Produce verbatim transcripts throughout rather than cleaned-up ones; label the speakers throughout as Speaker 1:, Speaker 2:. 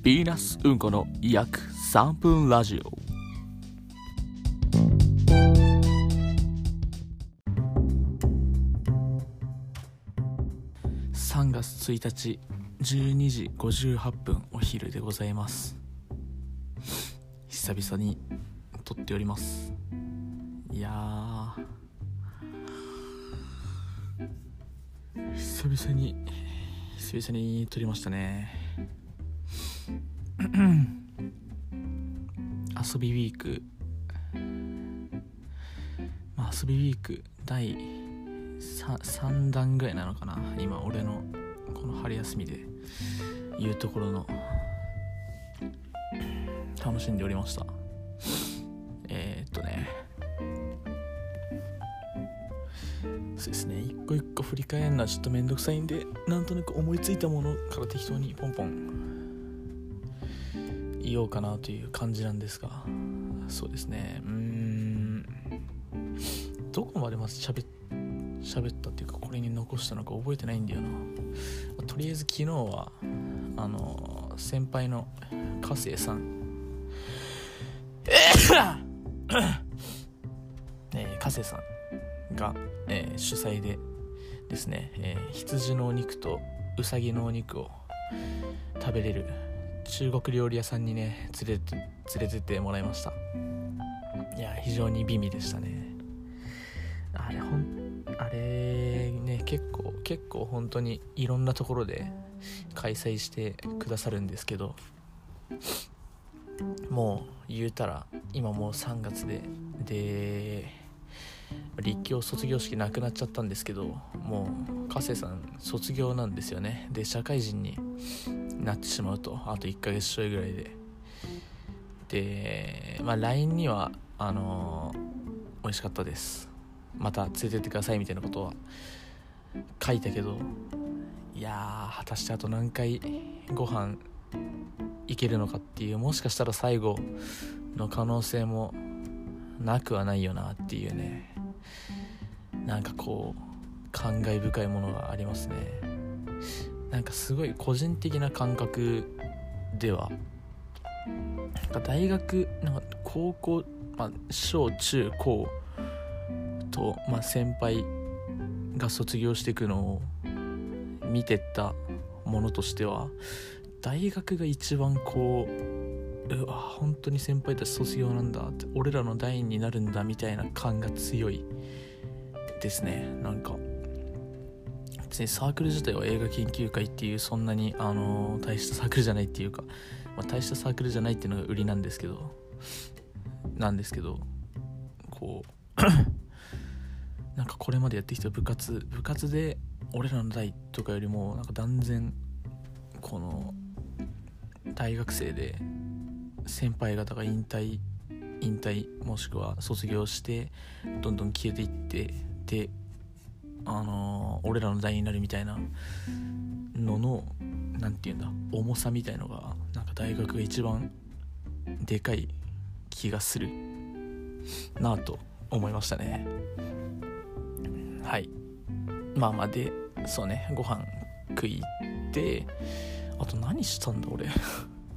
Speaker 1: ヴィーナスうんこの約さんぷんラジオ。さんがつついたちじゅうにじごじゅうはっぷんお昼でございます。久々に撮っております。いやー久々に久々に撮りましたね。遊びウィーク、まあ、遊びウィークだい 3, さん弾ぐらいなのかな、今俺のこの春休みでいうところの楽しんでおりました。えー、っとねそうですね一個一個振り返るのはちょっとめんどくさいんで、なんとなく思いついたものから適当にポンポン言おうかなという感じなんですが、そうですねうーんどこまでまず喋喋ったっていうかこれに残したのか覚えてないんだよな。とりあえず昨日はあの先輩の加瀬さんえー、加瀬さんが、えー、主催でですね、えー、羊のお肉とうさぎのお肉を食べれる中国料理屋さんにね連れて連れてってもらいました。いや非常に美味でしたね。あれほんあれね結構結構本当にいろんなところで開催してくださるんですけど、もう言うたら今もうさんがつでで立教卒業式なくなっちゃったんですけど、もう加瀬さん卒業なんですよね。で社会人になってしまうとあといっかげつちょいぐらいでで、まあ、ライン にはあのー、美味しかったです、また連れてってくださいみたいなことは書いたけど、いやー果たしてあと何回ご飯行けるのかっていう、もしかしたら最後の可能性もなくはないよなっていうね、なんかこう感慨深いものがありますね。なんかすごい個人的な感覚ではなんか大学なんか高校、まあ、小中高と、まあ、先輩が卒業していくのを見てったものとしては、大学が一番こううわ本当に先輩たち卒業なんだって、俺らの代になるんだみたいな感が強いですね。なんか別にサークル自体は映画研究会っていうそんなに、あのー、大したサークルじゃないっていうか、まあ、大したサークルじゃないっていうのが売りなんですけどなんですけどこうなんかこれまでやってきた部活部活で俺らの代とかよりもなんか断然この大学生で先輩方が引退引退もしくは卒業してどんどん消えていってであのー、俺らの代になるみたいなののなんていうんだ重さみたいのがなんか大学が一番でかい気がするなぁと思いましたね。はい、まあまあでそうねご飯食い行ってあと何したんだ俺あ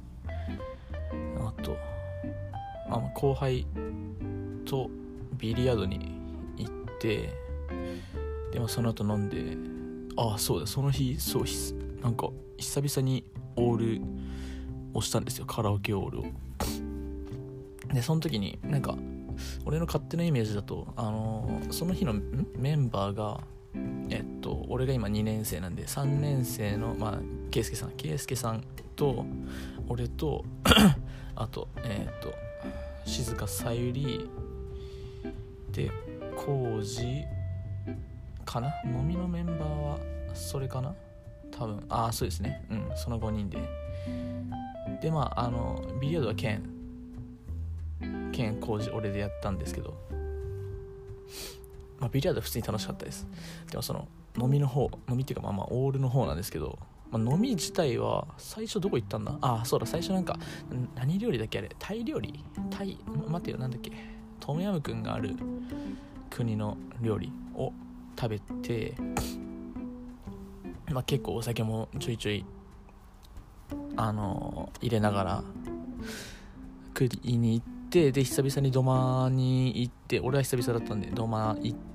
Speaker 1: とあ後輩とビリヤードに行ってでもその後飲んで、ああそうだその日そうなんか久々にオールをしたんですよ、カラオケオールを。でその時になんか俺の勝手なイメージだとあのー、その日のメンバーがえっと俺が今にねんせいなんでさんねんせいのまあケイスケさんケイスケさんと俺とあとえっと静香さゆりでコウジかな、飲みのメンバーはそれかな多分、ああそうですねうんそのごにんででまああのビリヤードはケンケンコウジ俺でやったんですけど、まあビリヤードは普通に楽しかったです。でもその飲みの方飲みっていうかまあまあオールの方なんですけど、まあ、飲み自体は最初どこ行ったんだ、ああそうだ最初なんか何料理だっけあれ、タイ料理タイ待ってよなんだっけトムヤムクンがある国の料理を食べて、まあ、結構お酒もちょいちょいあの入れながら食いに行って、で久々に土間に行って、俺は久々だったんで土間行って、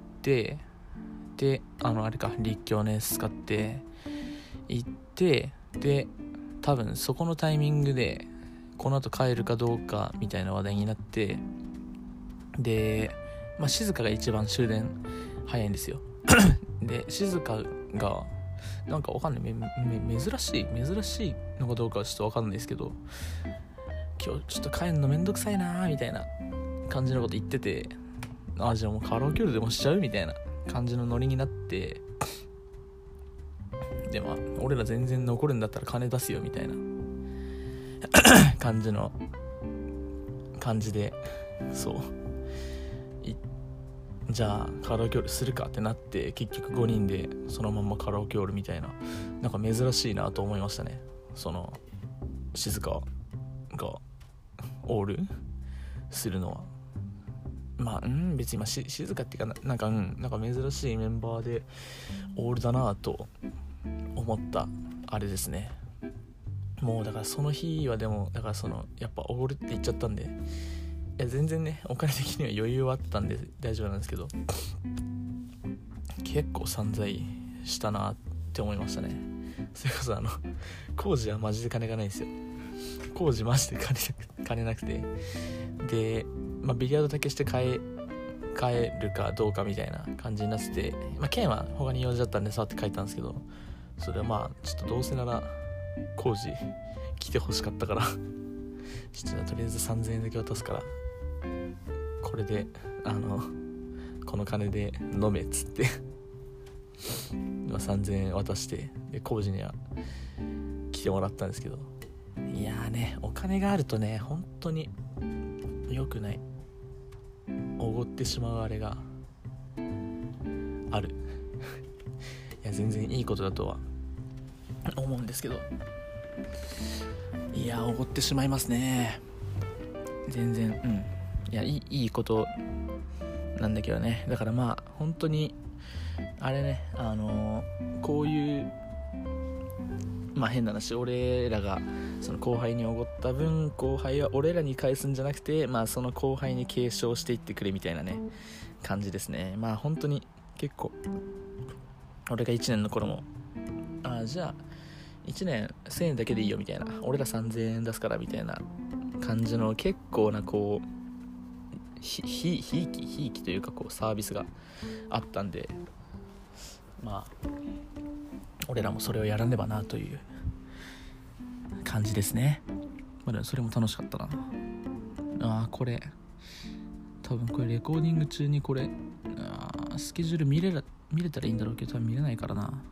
Speaker 1: であのあれか立教のやつ使って行って、で多分そこのタイミングでこの後帰るかどうかみたいな話題になって、で、まあ、静かが一番終電早いんですよで静かがなんかわかんないめめ珍しい珍しいのかどうかはちょっとわかんないですけど、今日ちょっと帰るのめんどくさいなみたいな感じのこと言ってて、あじゃあもうカラオケ夜でもしちゃうみたいな感じのノリになって、でまあ俺ら全然残るんだったら金出すよみたいな感じの感じで、そういじゃあカラオケ夜するかってなって、結局ごにんでそのままカラオケ夜みたいな、なんか珍しいなと思いましたね。その静かがオールするのはまあうん別にまあし静かっていうか な, なんかうんなんか珍しいメンバーでオールだなと思ったあれですね。もうだからその日はでもだからそのやっぱオールって言っちゃったんで、いや全然ねお金的には余裕はあったんで大丈夫なんですけど、結構散財したなって思いましたね。それこそあの工事はマジで金がないんですよ。工事マジで金なく金なくて、で、まあ、ビリヤードだけして帰帰るかどうかみたいな感じになってて、まあ、ケンは他に用事だったんでさって書いたんですけど、それはまあちょっとどうせなら工事来てほしかったからちょっととりあえずさんぜんえんだけ渡すからこれであのこの金で飲めっつってさんぜんえん渡して、で工事には来てもらったんですけど、いやーねお金があるとね本当に良くない、おごってしまうあれがあるいや全然いいことだとは思うんですけど、いやおごってしまいますね全然。うんいやいい、いいことなんだけどね。だからまあ本当にあれね、あのー、こういうまあ変な話、俺らがその後輩におごった分後輩は俺らに返すんじゃなくて、まあその後輩に継承していってくれみたいなね感じですね。まあ本当に結構俺がいちねんの頃もあじゃあいちねんせんえんだけでいいよみたいな、俺らさんぜんえん出すからみたいな感じの結構なこうひひひいきひいきというかこうサービスがあったんで、まあ俺らもそれをやらねばなという感じですね。まあでもそれも楽しかったな。あーこれ多分これレコーディング中にこれあスケジュール見れら見れたらいいんだろうけど多分見れないからな。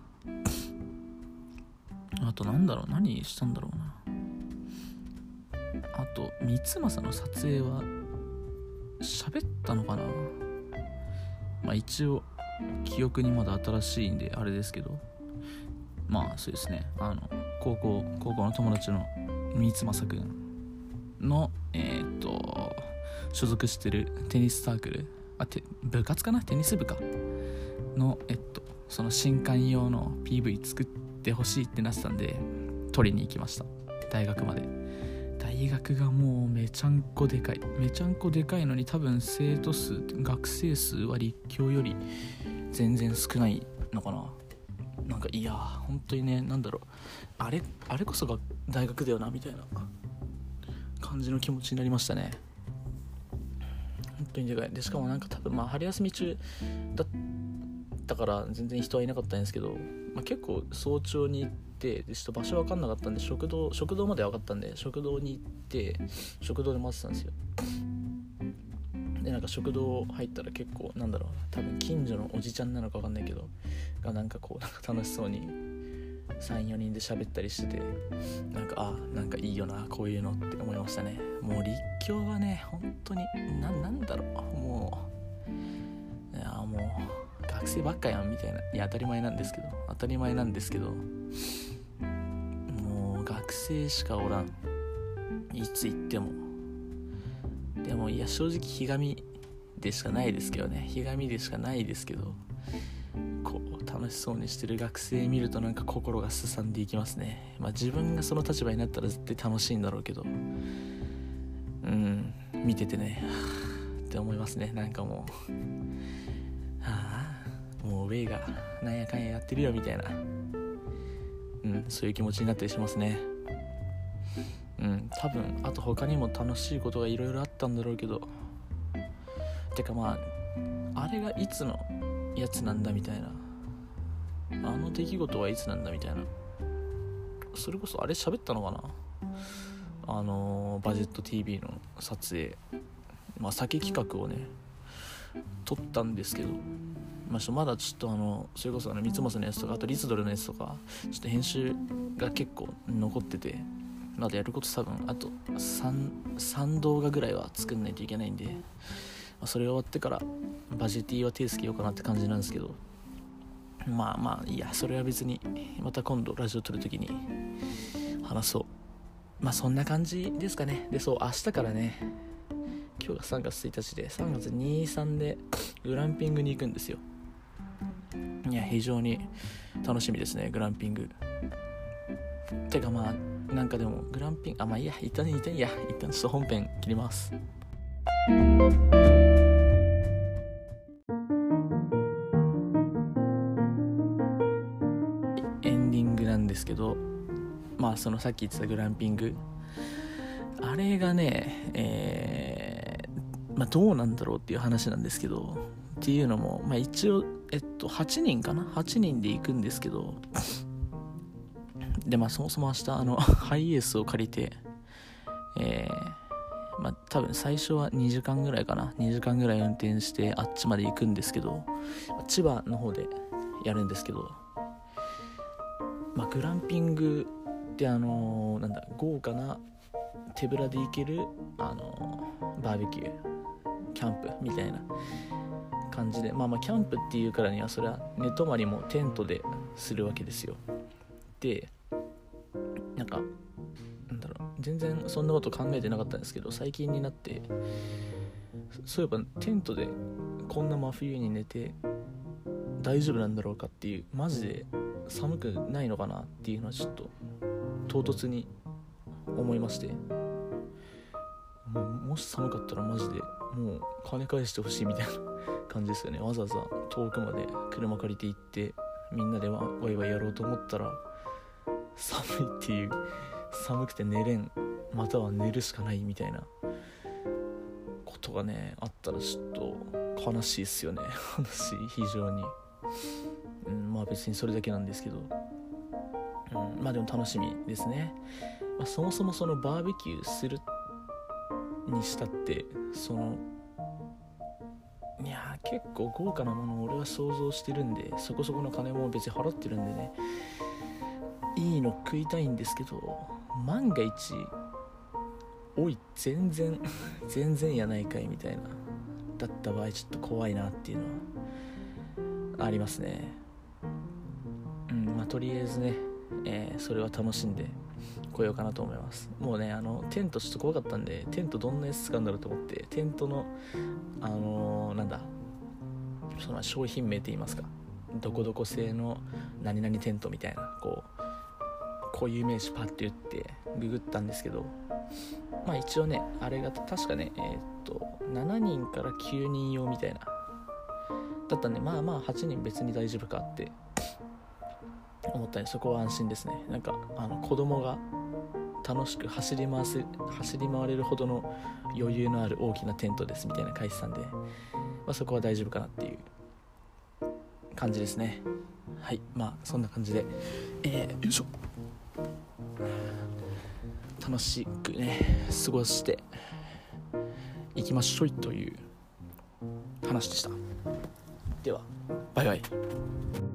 Speaker 1: あとなんだろう何したんだろうな。あと三政の撮影は喋ったのかな。まあ一応記憶にまだ新しいんであれですけど、まあそうですね、あの高校高校の友達の三政くんのえー、っと所属してるテニスサークルあて部活かなテニス部かのえっとその新刊用の ピーブイ 作ってほしいってなってたんで撮りに行きました。大学まで。大学がもうめちゃんこでかいめちゃんこでかいのに多分生徒数学生数は立教より全然少ないのかな。なんかいや本当にねなんだろうあれあれこそが大学だよなみたいな感じの気持ちになりましたね。本当にでかいで、しかもなんか多分まあ春休み中だったから全然人はいなかったんですけど、まあ、結構早朝に行ってでちょっと場所分かんなかったんで食堂食堂まで分かったんで食堂に行って食堂で待ってたんですよ。でなんか食堂入ったら結構なんだろう多分近所のおじちゃんなのか分かんないけどがなんかこうなんか楽しそうに さん,よ 人で喋ったりしてて、なんかあなんかいいよなこういうのって思いましたね。もう立教はね本当に な, なんだろうもういやもう学生ばっかやんみたいな、いや当たり前なんですけど当たり前なんですけどもう学生しかおらんいつ行っても。でもいや正直ひがみでしかないですけどねひがみでしかないですけどこう楽しそうにしてる学生見るとなんか心がすさんでいきますね。まあ自分がその立場になったら絶対楽しいんだろうけど、うん見ててねって思いますね。なんかもうはあもうウェイがなんやかんややってるよみたいな、うんそういう気持ちになったりしますね。うん多分あと他にも楽しいことがいろいろあったんだろうけど、てかまああれがいつのやつなんだみたいな、あの出来事はいつなんだみたいな、それこそあれ喋ったのかな、あのバジェット ティーブイ の撮影、まあ酒企画をね撮ったんですけど、まあ、まだちょっとあのそれこそあの三つ星のやつとかあとリツドルのやつとかちょっと編集が結構残ってて、まだやること多分あと 3, 3動画ぐらいは作んないといけないんで、まあ、それ終わってからバジェティは手つけようかなって感じなんですけど、まあまあいいや、それは別にまた今度ラジオ撮るときに話そう。まあそんな感じですかね。でそう明日からね、今日がさんがつついたちでさんがつに、さんでグランピングに行くんですよ。いや非常に楽しみですね、グランピング。てかまあなんかでもグランピングあまあいいや一旦一旦いいや一旦ちょっと本編切ります。エンディングなんですけど、まあそのさっき言ってたグランピング、あれがね、えー、まあどうなんだろうっていう話なんですけど、っていうのもまあ一応えっとはちにんかなはちにんで行くんですけど、でまあそもそも明日あのハイエースを借りて、えー、まあ多分最初はにじかんぐらいかなにじかんぐらい運転してあっちまで行くんですけど、千葉の方でやるんですけど、まあグランピングってあのー、なんだ豪華な手ぶらで行けるあのー、バーベキューキャンプみたいな感じで、まあまあキャンプっていうからにはそれは寝泊まりもテントでするわけですよ。でなんかなんだろう全然そんなこと考えてなかったんですけど、最近になってそういえばテントでこんな真冬に寝て大丈夫なんだろうかっていう、マジで寒くないのかなっていうのはちょっと唐突に思いまして、もうもし寒かったらマジでもう金返してほしいみたいな感じですよね。わざわざ遠くまで車借りて行ってみんなでワイワイやろうと思ったら寒いっていう、寒くて寝れんまたは寝るしかないみたいなことがねあったらちょっと悲しいっすよね悲しい非常に、うん、まあ別にそれだけなんですけど、うん、まあでも楽しみですね。まあ、そもそもそのバーベキューするにしたってそのいや結構豪華なものを俺は想像してるんで、そこそこの金も別に払ってるんでね、いいの食いたいんですけど、万が一おい全然全然やないかいみたいなだった場合ちょっと怖いなっていうのはありますね。うんまあとりあえずね、えー、それは楽しんで来ようかなと思います。もうねあのテントちょっと怖かったんで、テントどんなやつ使うんだろうと思ってテントのあのー、なんだその商品名って言いますか、どこどこ製の何々テントみたいなこう固有名詞パッて言ってググったんですけど、まあ一応ねあれが確かねえー、っとしちにんからきゅうにん用みたいなだったんで、まあまあはちにん別に大丈夫かって思ったんでそこは安心ですね。なんかあの子供が楽しく走り回す走り回れるほどの余裕のある大きなテントですみたいな書いてたんで、まあ、そこは大丈夫かなっていう感じですね。はいまあそんな感じで、えー、よいしょ楽しくね過ごしていきましょいという話でした。ではバイバイ。